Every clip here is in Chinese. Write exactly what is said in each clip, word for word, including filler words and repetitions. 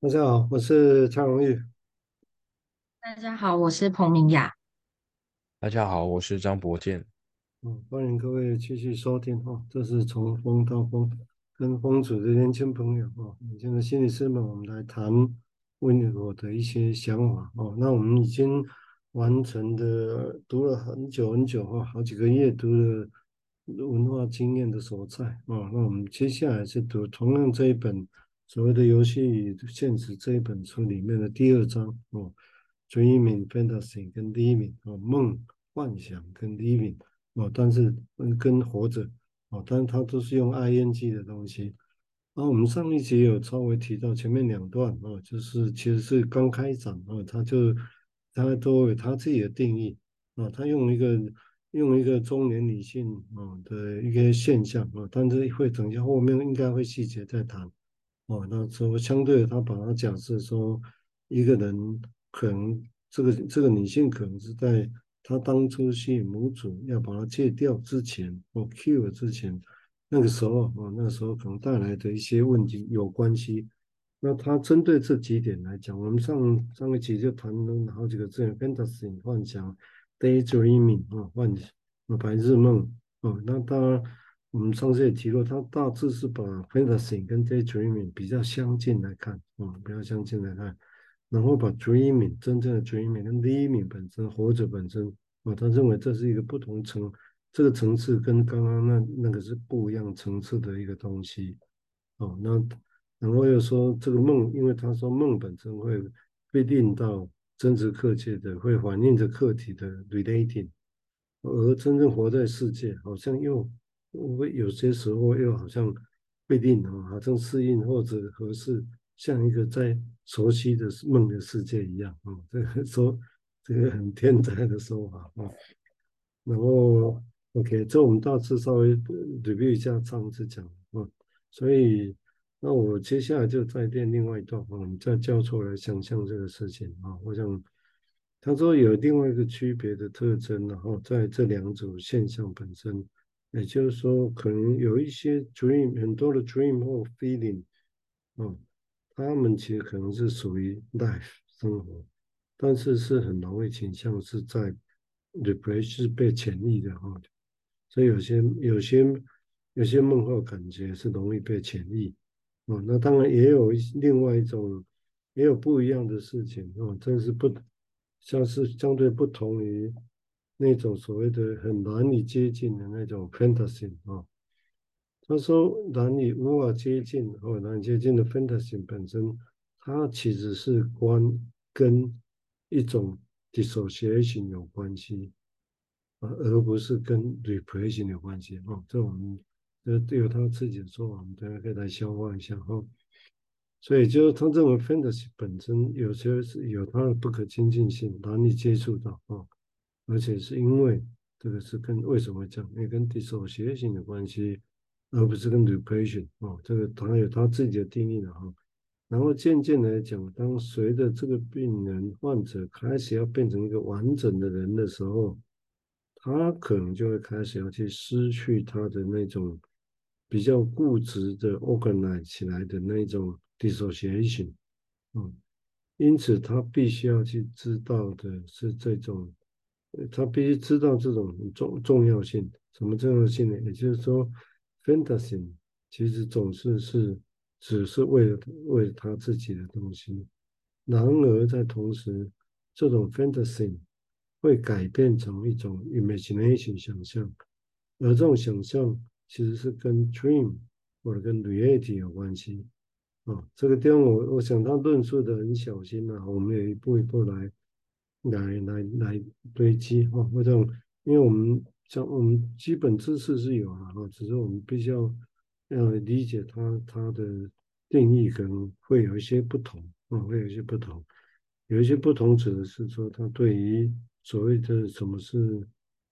大家好，我是蔡荣玉。 大家好，我是彭明雅。 大家好，我是张博健。 嗯，欢迎各位继续收听哈，这是从风到风，跟风组的年轻朋友哦，以前的心理师们，我们来谈问我的一些想法哦。那我们已经完成的读了很久很久哈，好几个月读了文化经验的所在哦。那我们接下来是读同样这一本所谓的游戏与现实这一本书里面的第二章哦，Dreaming Fantasy 跟 Living 哦，梦幻想跟 Living。哦，但是嗯，跟活着哦，但是它都是用 ing 的东西。然后我们上一集有稍微提到前面两段哦，就是其实是刚开场哦，他就他都有他自己的定义啊，他用一个用一个中年女性啊的一个现象啊，但是会等一下后面应该会细节再谈。哦，那说相对的，他把它假设说，一个人可能这个这个女性可能是在她当初吸引母主要把它戒掉之前，或 cure 之前，那个时候哦，那个时候可能带来的一些问题有关系。那他针对这几点来讲，我们上上一集就谈了好几个字：fantasy 幻想，daydreaming 啊幻想，啊白日梦哦。那当然。我们上次也提过，它大致是把 fantasy 跟 daydreaming 比较相近来看，啊、比较相近来看，然后把 dreaming 真正的 dreaming 跟 living 本身活着本身，啊、他认为这是一个不同层，这个层次跟刚刚那那个是不一样层次的一个东西，哦，那然后又说这个梦，因为他说梦本身会被令到真实客界的，会反映着客体的 relating。而真正活在世界，好像又会有些时候又好像不一定啊，好像适应或者合适，像一个在熟悉的梦的世界一样啊。这个说这个很天才的说法啊。然后 OK，这我们大致稍微呃 review 一下上次讲啊，所以那我接下来就再练另外一段啊，我们再教出来想象这个事情啊。我想他说有另外一个区别的特征，然后在这两种现象本身，也就是说，可能有一些 dream 很多的 dream 或 feeling 啊，他们其实可能是属于 life 生活，但是是很容易倾向是在 replay 是被潜移的哈，所以有些有些有些梦后感觉是容易被潜移。哦，那当然也有一另外一种，也有不一样的事情哦，这是不像是相对不同于那种所谓的很难以接近的那种 fantasy 啊、哦。他说难以无法接近或难以接近的 fantasy 本身，它其实是关跟一种 dissociation 有关系啊，而不是跟 repression 有关系哦。这我们这有他自己的说法，我们大家可以来消化一下哈、哦。所以就是他认为 fantasy 本身有些是有它的不可亲近性，难以接触到啊、哦，而且是因为这个是跟为什么会这样？因为跟 dissociation 有关系，而不是跟 depression 哦。这个他有他自己的定义的哈、哦。然后渐渐来讲，当随着这个病人患者开始要变成一个完整的人的时候，他可能就会开始要去失去他的那种比较固执的 organize 起来的那种 dissociation。嗯，因此他必须要去知道的是这种，呃他必须知道这种重重要性。什么重要性呢？也就是说，fantasy 其实总是是只是为了为了他自己的东西，然而在同时，这种 fantasy 会改变成一种 imagination 想象，而这种想象其实是跟 dream 或者跟 reality 有关系。啊，这个地方我我想他论述的很小心啊，我们也一步一步来来来来堆积啊。我想，因为我们像我们基本知识是有啊，哈，只是我们必须要要理解它它的定义可能会有一些不同啊，会有一些不同。有一些不同指的是说，他对于所谓的什么是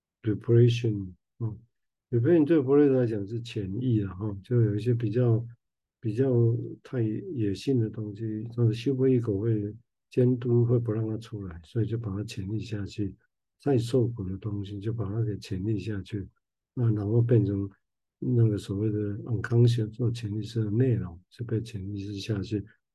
repression 啊，repression 对弗雷德来讲是潜意的哈，就有一些比较比较太野性的东西，像是修复一口会监督会不让它出来，所以就把它潜抑下去。再受苦的东西就把它给潜抑下去，那然后变成那个所谓的 unconscious 或潜意识的内容就被潜意识下去。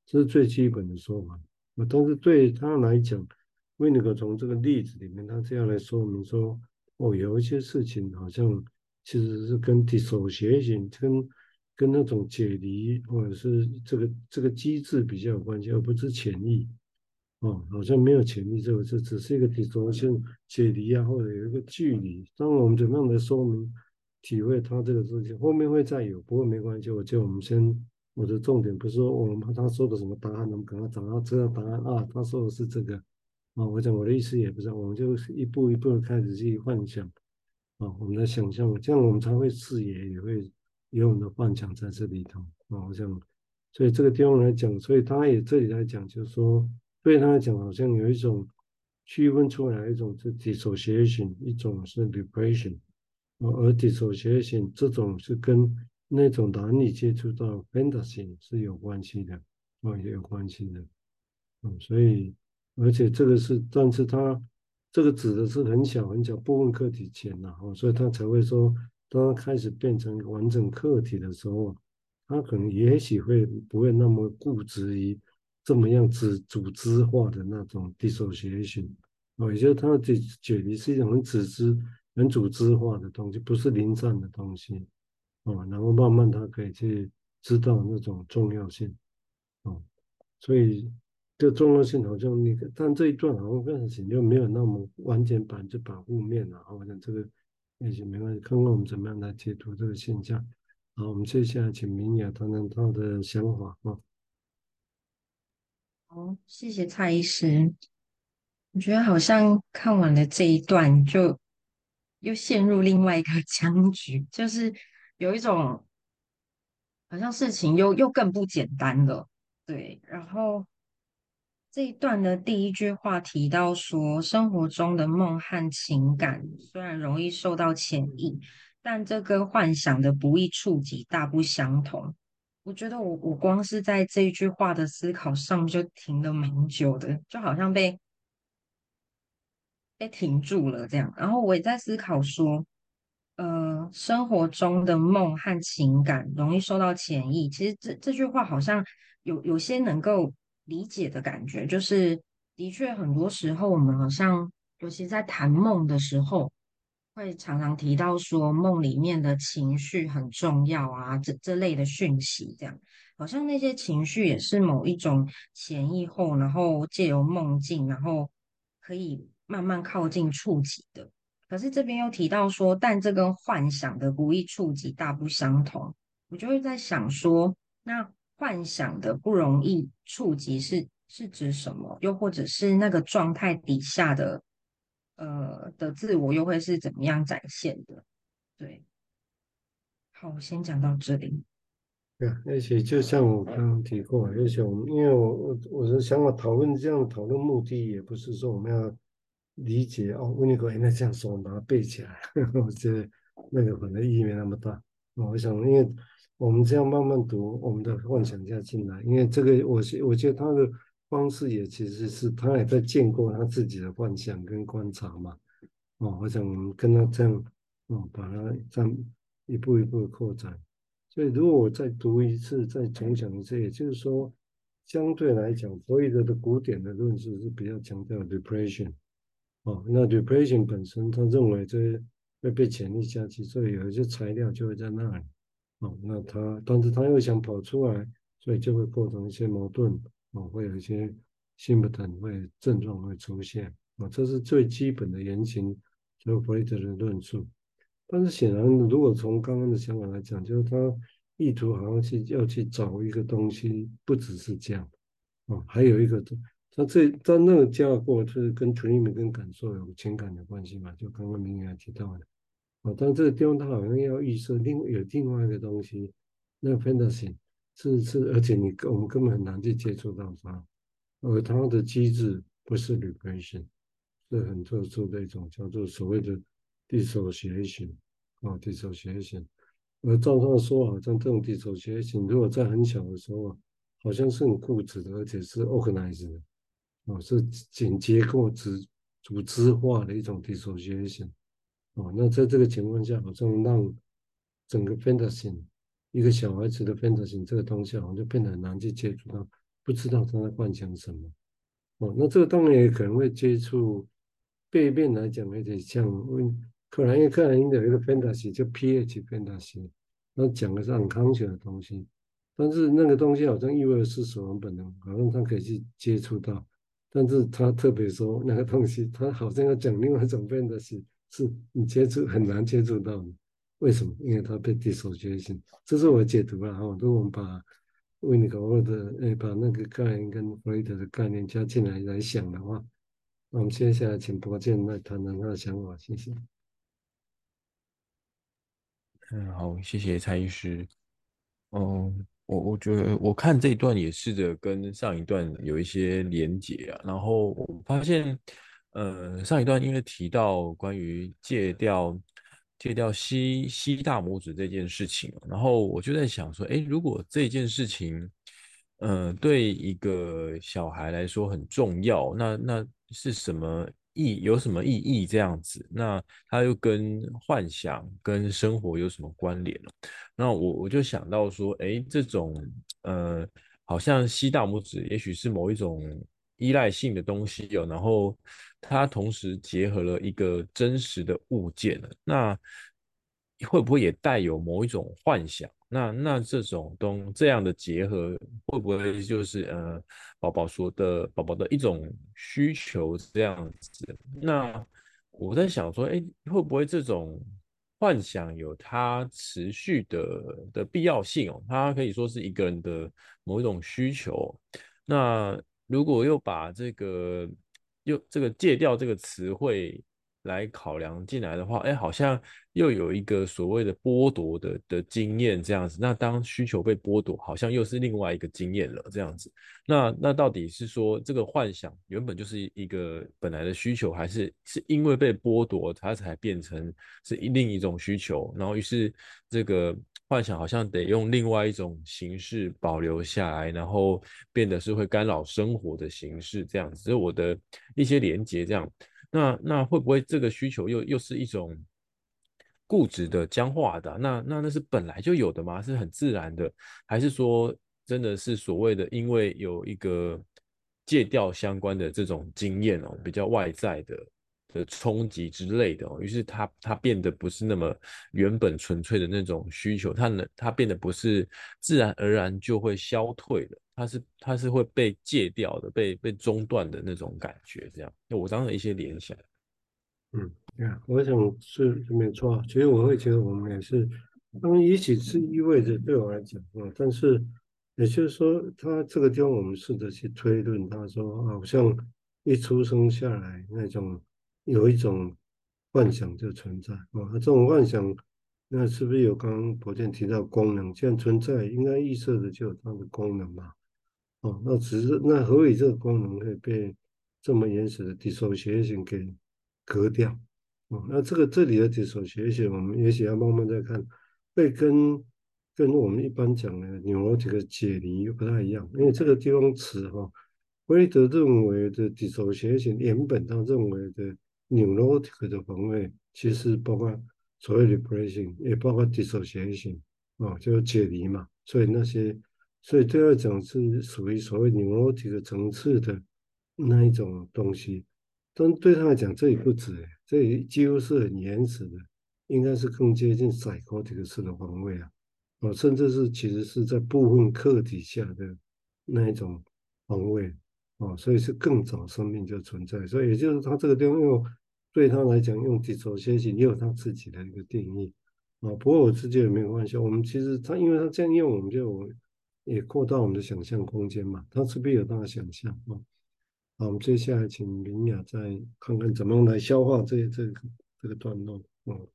这是最基本的说法。啊，但是对他来讲，维尼格从这个例子里面，他这样来说明说，哦，有一些事情好像其实是跟 dissociation 跟跟那种解离或者是这个这个机制比较有关系，而不是潜意。哦，好像没有潜力这个字，只是一个底轴线解离啊，或者有一个距离。当然，我们怎么样来说明、体会它这个事情，后面会再有，不过没关系。我觉得我们先，我的重点不是说我们他说的什么答案，我们赶快找到知道答案啊，他说的是这个啊。我讲我的意思也不是，我们就是一步一步的开始去幻想啊，我们的想象，这样我们才会视野也会有我们的幻想在这里头啊。我想，所以这个地方来讲，所以他也这里来讲，就是说。对他来讲，好像有一种区分出来，一种是 dissociation，一种是 depression，而而 dissociation 这种是跟那种难以接触到 fantasy 是有关系的，哦，也有关系的。嗯，所以而且这个是，但是它这个指的是很小很小部分课题前呐、哦，所以他才会说，当它开始变成完整课题的时候，他可能也许会不会那么固执于这么样子组织化的那种 dissociation，哦，也就是它的解解离是一种很组织、很组织化的东西，不是零散的东西，哦，然后慢慢他可以去知道那种重要性，哦。所以这重要性好像那个，但这一段好像变成就没有那么完全百分之百负面了。好像这个也许没关系，看看我们怎么样来解读这个现象。好，我们接下来请明雅谈谈她的想法啊。 好，谢谢蔡医师。我觉得好像看完了这一段，就又陷入另外一个僵局，就是有一种好像事情又又更不简单了。对，然后这一段的第一句话提到说，生活中的梦和情感虽然容易受到潜移，但这跟幻想的不易触及大不相同。我觉得我我光是在这一句话的思考上就停了蛮久的，就好像被被停住了这样。然后我也在思考说，呃，生活中的梦和情感容易受到潜抑。其实这这句话好像有有些能够理解的感觉，就是的确很多时候我们好像，尤其在谈梦的时候，会常常提到说梦里面的情绪很重要啊，这这类的讯息，这样好像那些情绪也是某一种潜意后，然后借由梦境，然后可以慢慢靠近触及的。可是这边又提到说，但这跟幻想的不易触及大不相同。我就会在想说，那幻想的不容易触及是是指什么？又或者是那个状态底下的呃的自我又会是怎么样展现的？对，好，我先讲到这里。 对啊，而且就像我刚刚提过，而且我们因为我我我的想法讨论这样讨论目的也不是说我们要理解哦，温尼格原来这样说，我们把它背起来，我觉得那个可能意义没那么大。哦我想，因为我们这样慢慢读，我们的幻想家进来，因为这个我是我觉得他的方式也其实是他也在建构他自己的幻想跟观察嘛。哦，我想我们跟他这样，哦，把它这样一步一步的扩展。所以，如果我再读一次，再重讲一次，也就是说，相对来讲，弗洛伊德的古典的论述是比较强调 depression 哦。那 depression 本身，他认为这会被潜力下去，所以有一些材料就会在那里哦。那他，但是他又想跑出来，所以就会构成一些矛盾哦，会有一些 symptom 会症状会出现啊、哦，这是最基本的原型，就弗洛伊德的论述。但是显然，如果从刚刚的想法来讲，就是他意图好像去要去找一个东西，不只是这样哦，还有一个，他这他那个架构是跟 dream 跟感受有情感的关系嘛，就刚刚明也提到的哦，但这个地方他好像要预设另有另外一个东西，那个 fantasy 是是，而且你我们根本很难去接触到它，而它的机制不是 regression，是很特殊的一种叫做所谓的 dissociation 啊 dissociation。而照他的说法，像这种 dissociation，如果在很小的时候啊，好像是很固执的，而且是 organized 的，哦，是紧结构组组织化的一种 dissociation。哦，那在这个情况下，好像让整个 fantasy 一个小孩子的 fantasy 这个东西，好像就变得很难去接触到。 不知道他在幻想什么。哦，那这个当然也可能会接触背面来讲，有点像温克兰，因为克兰因有一个 fantasy 叫 P H fantasy，那讲的是很康全的东西，但是那个东西好像意味着是死亡本能，好像他可以去接触到，但是他特别说那个东西，他好像要讲另外一种 fantasy，是你接触很难接触到的，为什么？因为他被 dissociation，这是我的解读了哈。如果我们把维尼狗或者诶把那个概念跟弗洛伊德的概念加进来来想的话，那我们接下来请博健来谈谈他的想法，谢谢。 嗯，好，谢谢蔡医师。嗯，我我觉得我看这一段也试着跟上一段有一些连结啊，然后我发现，呃，上一段因为提到关于戒掉戒掉吸吸大拇指这件事情，然后我就在想说，诶，如果这件事情，呃，对一个小孩来说很重要，那那是什么意有什么意义这样子？那它又跟幻想跟生活有什么关联呢？那我我就想到说，诶，这种呃，好像吸大拇指，也许是某一种依赖性的东西哦，然后它同时结合了一个真实的物件，那会不会也带有某一种幻想？那那这种东这样的结合，会不会就是呃，宝宝说的宝宝的一种需求这样子？那我在想说，哎，会不会这种幻想有它持续的的必要性哦？它可以说是一个人的某一种需求。那如果又把这个又这个戒掉这个词汇来考量进来的话，哎，好像又有一个所谓的剥夺的的经验这样子。那当需求被剥夺，好像又是另外一个经验了这样子。那那到底是说这个幻想原本就是一个本来的需求，还是是因为被剥夺，它才变成是另一种需求？然后于是这个幻想好像得用另外一种形式保留下来，然后变得是会干扰生活的形式这样子。这是我的一些连结这样。那那会不会这个需求又又是一种固执的、僵化的啊那那那是本来就有的吗？是很自然的，还是说真的是所谓的因为有一个戒掉相关的这种经验哦，比较外在的的冲击之类的哦，于是它它变得不是那么原本纯粹的那种需求，它能它变得不是自然而然就会消退的，它是它是会被戒掉的，被被中断的那种感觉，这样。那我当时一些联想。 嗯，对啊，我想是是没错啊。其实我会觉得我们也是，当然也许是意味着对我来讲啊，但是也就是说，他这个地方我们试着去推论，他说好像一出生下来那种有一种幻想就存在啊，这种幻想，那是不是有刚刚博健提到功能？既然存在，应该预设的就有它的功能嘛？哦，那只是那何以这个功能会被这么原始的 dissociation 给隔掉？哦，那这个这里的 dissociation 我们也许要慢慢再看，会跟跟我们一般讲的 neurotic 解离又不太一样，因为这个地方词哈，弗雷德认为的 dissociation 原本他认为的 neurotic 的防卫，其实包括所谓的 repression，也包括 dissociation 啊，就是解离嘛，所以那些。所以对他来讲是属于所谓 neurotic 层次的那一种东西，但对他来讲这也不止，这也几乎是很原始的，应该是更接近 psychotic 式的方位啊，哦，甚至是其实是在部分课题下的那一种方位哦，所以是更早生命就存在，所以也就是他这个地方用对他来讲用 dissociation 也有他自己的一个定义。啊，不过我自己也没有关系。我们其实他，因为他这样用，我们就也扩大我们的想象空间嘛。他是不是有他的想象啊？好，我们接下来请明雅再看看怎么样来消化这这个这个段落。嗯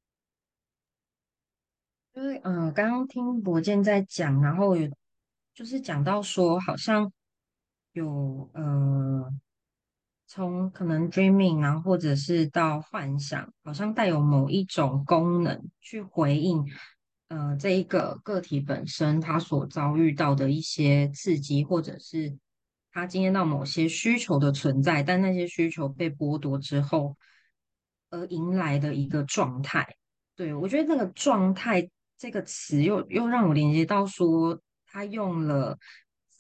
因为呃，刚刚听博健在讲，然后有就是讲到说，好像有呃，从可能 dreaming 啊，或者是到幻想，好像带有某一种功能去回应呃这一个个体本身他所遭遇到的一些刺激，或者是他经验到某些需求的存在，但那些需求被剥夺之后，而迎来的一个状态。对，我觉得那个状态这个词又又让我连接到说，他用了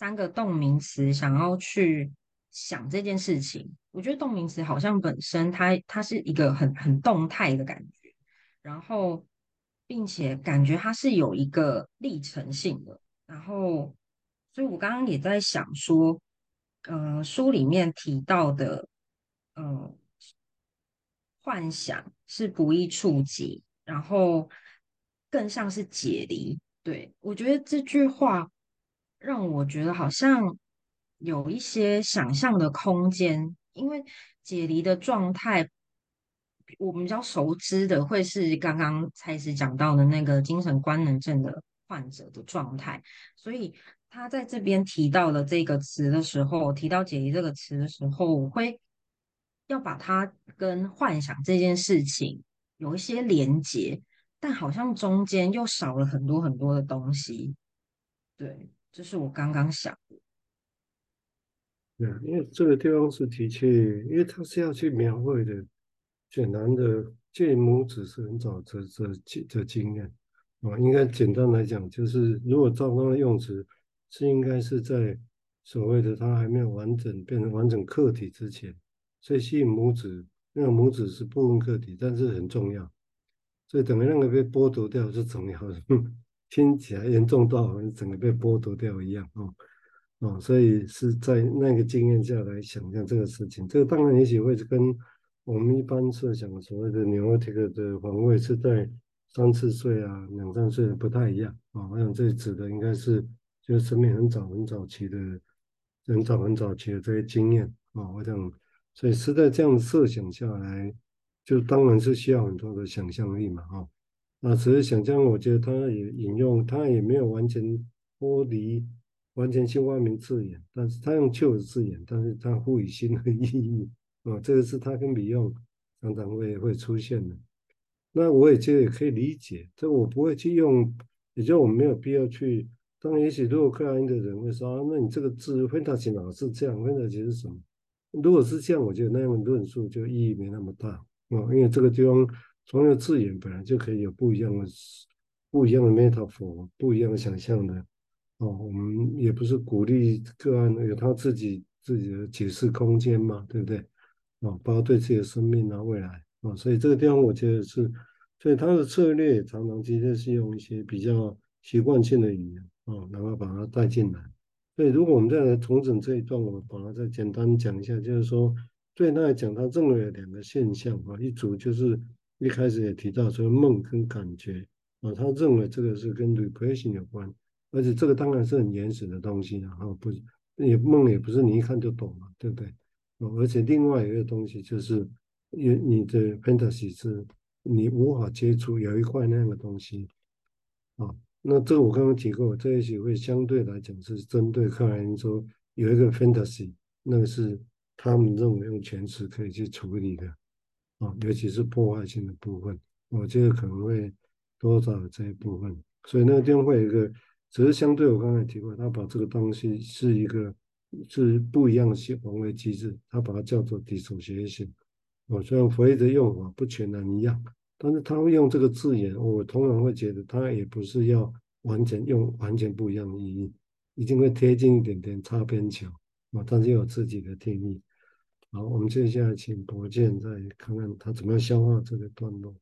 三个动名词想要去想这件事情。我觉得动名词好像本身它它是一个很很动态的感觉，然后并且感觉它是有一个历程性的。然后，所以我刚刚也在想说，呃，书里面提到的，呃，幻想是不易触及，然后更像是解离。对，我觉得这句话让我觉得好像有一些想象的空间，因为解离的状态，我们比较熟知的会是刚刚开始讲到的那个精神官能症的患者的状态，所以他在这边提到了这个词的时候，提到解离这个词的时候，我会要把它跟幻想这件事情有一些连结，但好像中间又少了很多很多的东西。对，这是我刚刚想的。 对啊，因为这个地方是的确，因为他是要去描绘的，简单的借拇指是很早的这这这经验啊，应该简单来讲，就是如果照刚刚用词，是应该是在所谓的他还没有完整变成完整客体之前，所以吸引拇指，那个拇指是部分客体，但是很重要，所以等于那个被剥夺掉是重要的，听起来严重到好像整个被剥夺掉一样哦。哦，所以是在那个经验下来想象这个事情。这个当然也许会跟我们一般设想的所谓的 neurotic 的防卫是在三四岁啊、两三岁的不太一样啊。我想这指的应该是就是生命很早很早期的、很早很早期的这些经验啊。我想，所以是在这样设想下来，就当然是需要很多的想象力嘛，哈、那只是想象，我觉得他也引用，他也没有完全脱离完全性外面字眼，但是他用旧的字眼，但是他赋予新的意义，啊、这个是他跟笔用常常会会出现的。那我也觉得也可以理解，这我不会去用，也就我们没有必要去。当然，也许如果克莱因的人会说，啊，那你这个字 fantasy 哪是这样？fantasy 是什么？如果是这样，我觉得那样的论述就意义没那么大哦，因为这个地方同一个字眼本来就可以有不一样的、不一样的 metaphor，不一样的想象的哦。我们也不是鼓励个案有他自己自己的解释空间嘛，对不对？哦，包括对自己的生命啊、未来啊，所以这个地方我觉得是，所以他的策略常常其实是用一些比较习惯性的语言啊，然后把它带进来。对，如果我们再来重整这一段，我把它再简单讲一下，就是说，对他来讲，他认为有两个现象啊，一组就是一开始也提到说梦跟感觉啊，他认为这个是跟 repression 有关，而且这个当然是很原始的东西，然后不也梦也不是你一看就懂嘛，对不对？哦，而且另外一个东西就是，你你的 fantasy 是你无法接触，有一块那样的东西啊。那这个我刚刚提过，这一些会相对来讲是针对克莱因说有一个 fantasy，那个是他们认为用全词可以去处理的啊，尤其是破坏性的部分，我觉得可能会多少有这一部分，所以那个地方会有一个，只是相对我刚才提过，他把这个东西是一个是不一样的系防卫机制，他把它叫做 dissociation。哦，虽然佛学的用法不全然一样，但是他会用这个字眼，我通常会觉得他也不是要完全用完全不一样的意义，一定会贴近一点点擦边球啊，但是有自己的定义。好，我们接下来请博建再看看他怎么样消化这个段落。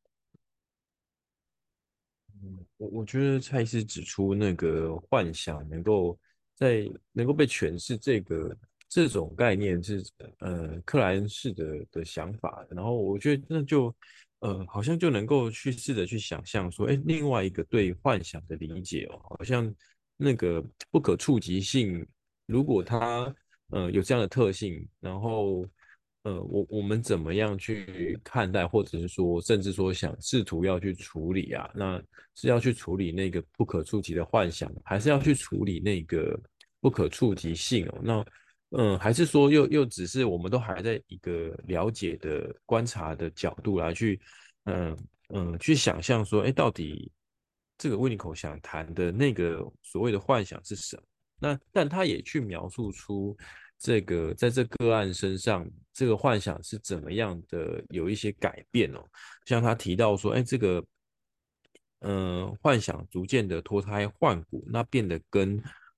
我我觉得蔡司指出那个幻想能够在能够被诠释这个这种概念是呃克莱恩式的的想法，然后我觉得那就呃好像就能够去试着去想象说，哎，另外一个对幻想的理解哦，好像那个不可触及性，如果它呃有这样的特性，然后呃，我我们怎么样去看待，或者是说，甚至说想试图要去处理啊？那是要去处理那个不可触及的幻想，还是要去处理那个不可触及性哦？那嗯，还是说又又只是我们都还在一个了解的观察的角度来去嗯嗯去想象说，哎，到底这个维尼口想谈的那个所谓的幻想是什么？那但他也去描述出这个在这个案身上，这个幻想是怎么样的有一些改变哦。像他提到说，哎，这个嗯、呃幻想逐渐的脱胎换骨，那变得跟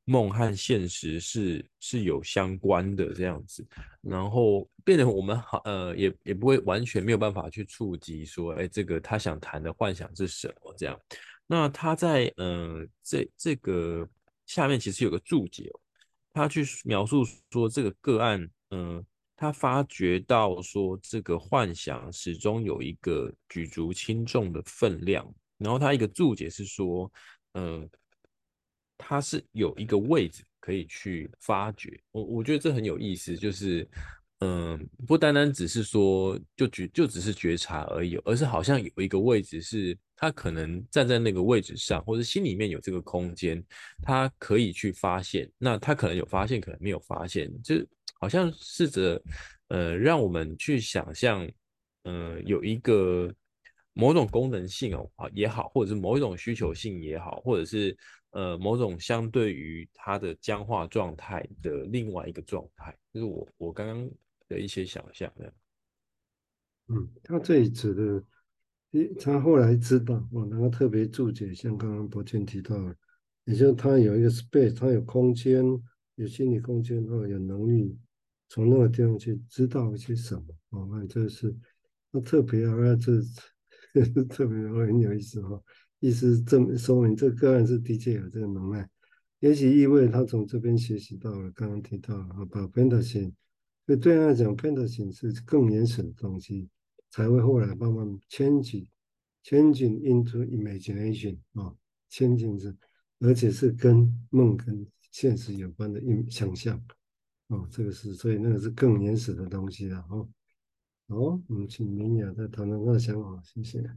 梦和现实是是有相关的这样子，然后变得我们好呃也也不会完全没有办法去触及说，哎，这个他想谈的幻想是什么这样。那他在呃这这个下面其实有个注解哦，他去描述说这个个案，嗯、呃他发觉到说这个幻想始终有一个举足轻重的分量，然后他一个注解是说，嗯、它是有一个位置可以去发掘。我我觉得这很有意思，就是嗯，不单单只是说就觉就只是觉察而已，而是好像有一个位置是他可能站在那个位置上，或者心里面有这个空间，他可以去发现。那他可能有发现，可能没有发现，就好像试着呃让我们去想象。呃，有一个某种功能性哦啊也好，或者是某一种需求性也好，或者是呃某种相对于它的僵化状态的另外一个状态，就是我我刚刚的一些想象的。 嗯，他这里指的，诶他后来知道，哦，然后特别注解，像刚刚博建提到的，也就是他有一个 space，他有空间，有心理空间，或有能力从那个地方去知道一些什么，哦，那这是他特别啊，那这特别很有意思哈、哦，意思是证说明这个个案是的确有这个能耐，也许意味他从这边学习到了，刚刚提到了，啊把 fantasy，所以对他来讲，fantasy 是更原始的东西。才会后来慢慢 change changing into imagination 啊，changing 是，而且是跟梦跟现实有关的印想象哦，这个是所以那个是更原始的东西了哦。好，我们请明雅再谈谈她的想法，谢谢。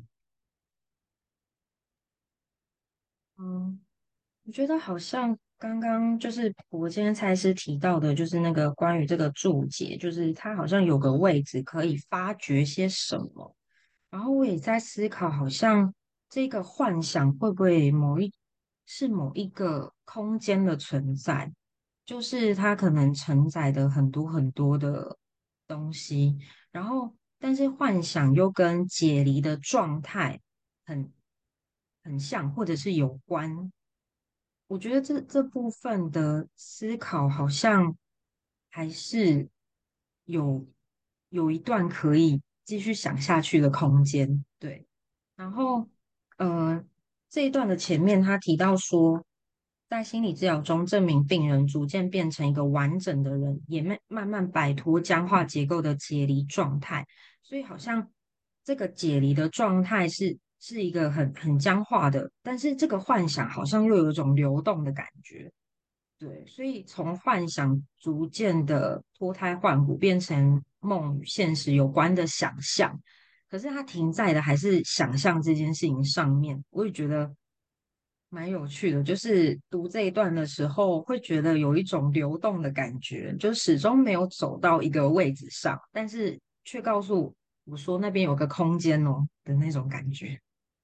嗯，我觉得好像刚刚就是我今天才是提到的，就是那个关于这个注解，就是它好像有个位置可以发掘些什么。然后我也在思考，好像这个幻想会不会某一是某一个空间的存在，就是它可能承载的很多很多的东西，然后但是幻想又跟解离的状态很很像，或者是有关。我觉得这这部分的思考好像还是有有一段可以继续想下去的空间，对。然后，呃，这一段的前面他提到说，在心理治疗中证明病人逐渐变成一个完整的人，也慢慢慢摆脱僵化结构的解离状态。所以好像这个解离的状态是是一个很很僵化的，但是这个幻想好像又有一种流动的感觉。对，所以从幻想逐渐的脱胎换骨，变成梦与现实有关的想象。可是它停在的还是想象这件事情上面，我也觉得蛮有趣的。就是读这一段的时候，会觉得有一种流动的感觉，就始终没有走到一个位置上，但是却告诉我说那边有个空间哦的那种感觉。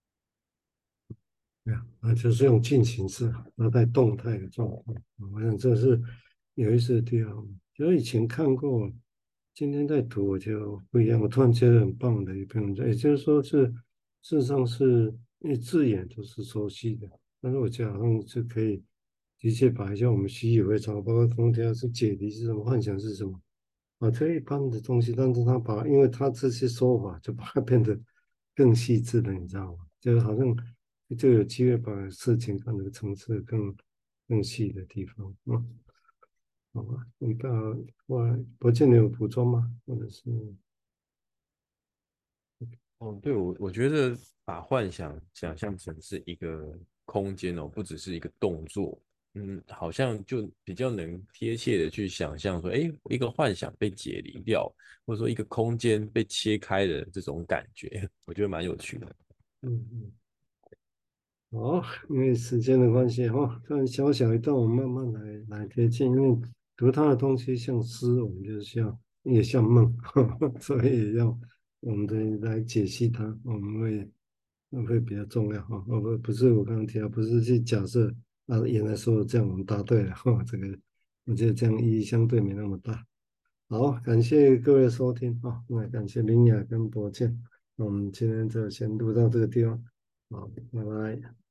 对啊，那就是用进行式，那在动态的状态，我想这是有意思的地方。就以前看过，今天在读我就不一样，我突然觉得很棒的一篇文章，也就是说是事实上是因为字眼都是熟悉的，但是我觉得好像是可以的确把一下我们习以为常，包括空调是解离是什么，幻想是什么，啊，这一般的东西，但是他把，因为他这些说法就把它变得更细致了，你知道吗？就好像就有机会把事情看得层次更更细的地方，嗯，好吧，你看，我不见你有补充吗？或者是， 哦，对，我我觉得把幻想想象成是一个空间哦，不只是一个动作，嗯，好像就比较能贴切的去想象说，哎，一个幻想被解离掉，或者说一个空间被切开的这种感觉，我觉得蛮有趣的。 嗯嗯。哦，因为时间的关系哈，看小小一段，我们慢慢来来贴近。因为读他的东西像诗，我们就是像也像梦，所以也要我们的来解析它，我们会会比较重要哈。哦不不是我刚刚提到，不是去假设啊，原来说的这样我们答对了哈。这个我觉得这样意义相对没那么大。好，感谢各位的收听啊，那感谢林雅跟博健，那我们今天就先录到这个地方，好，拜拜。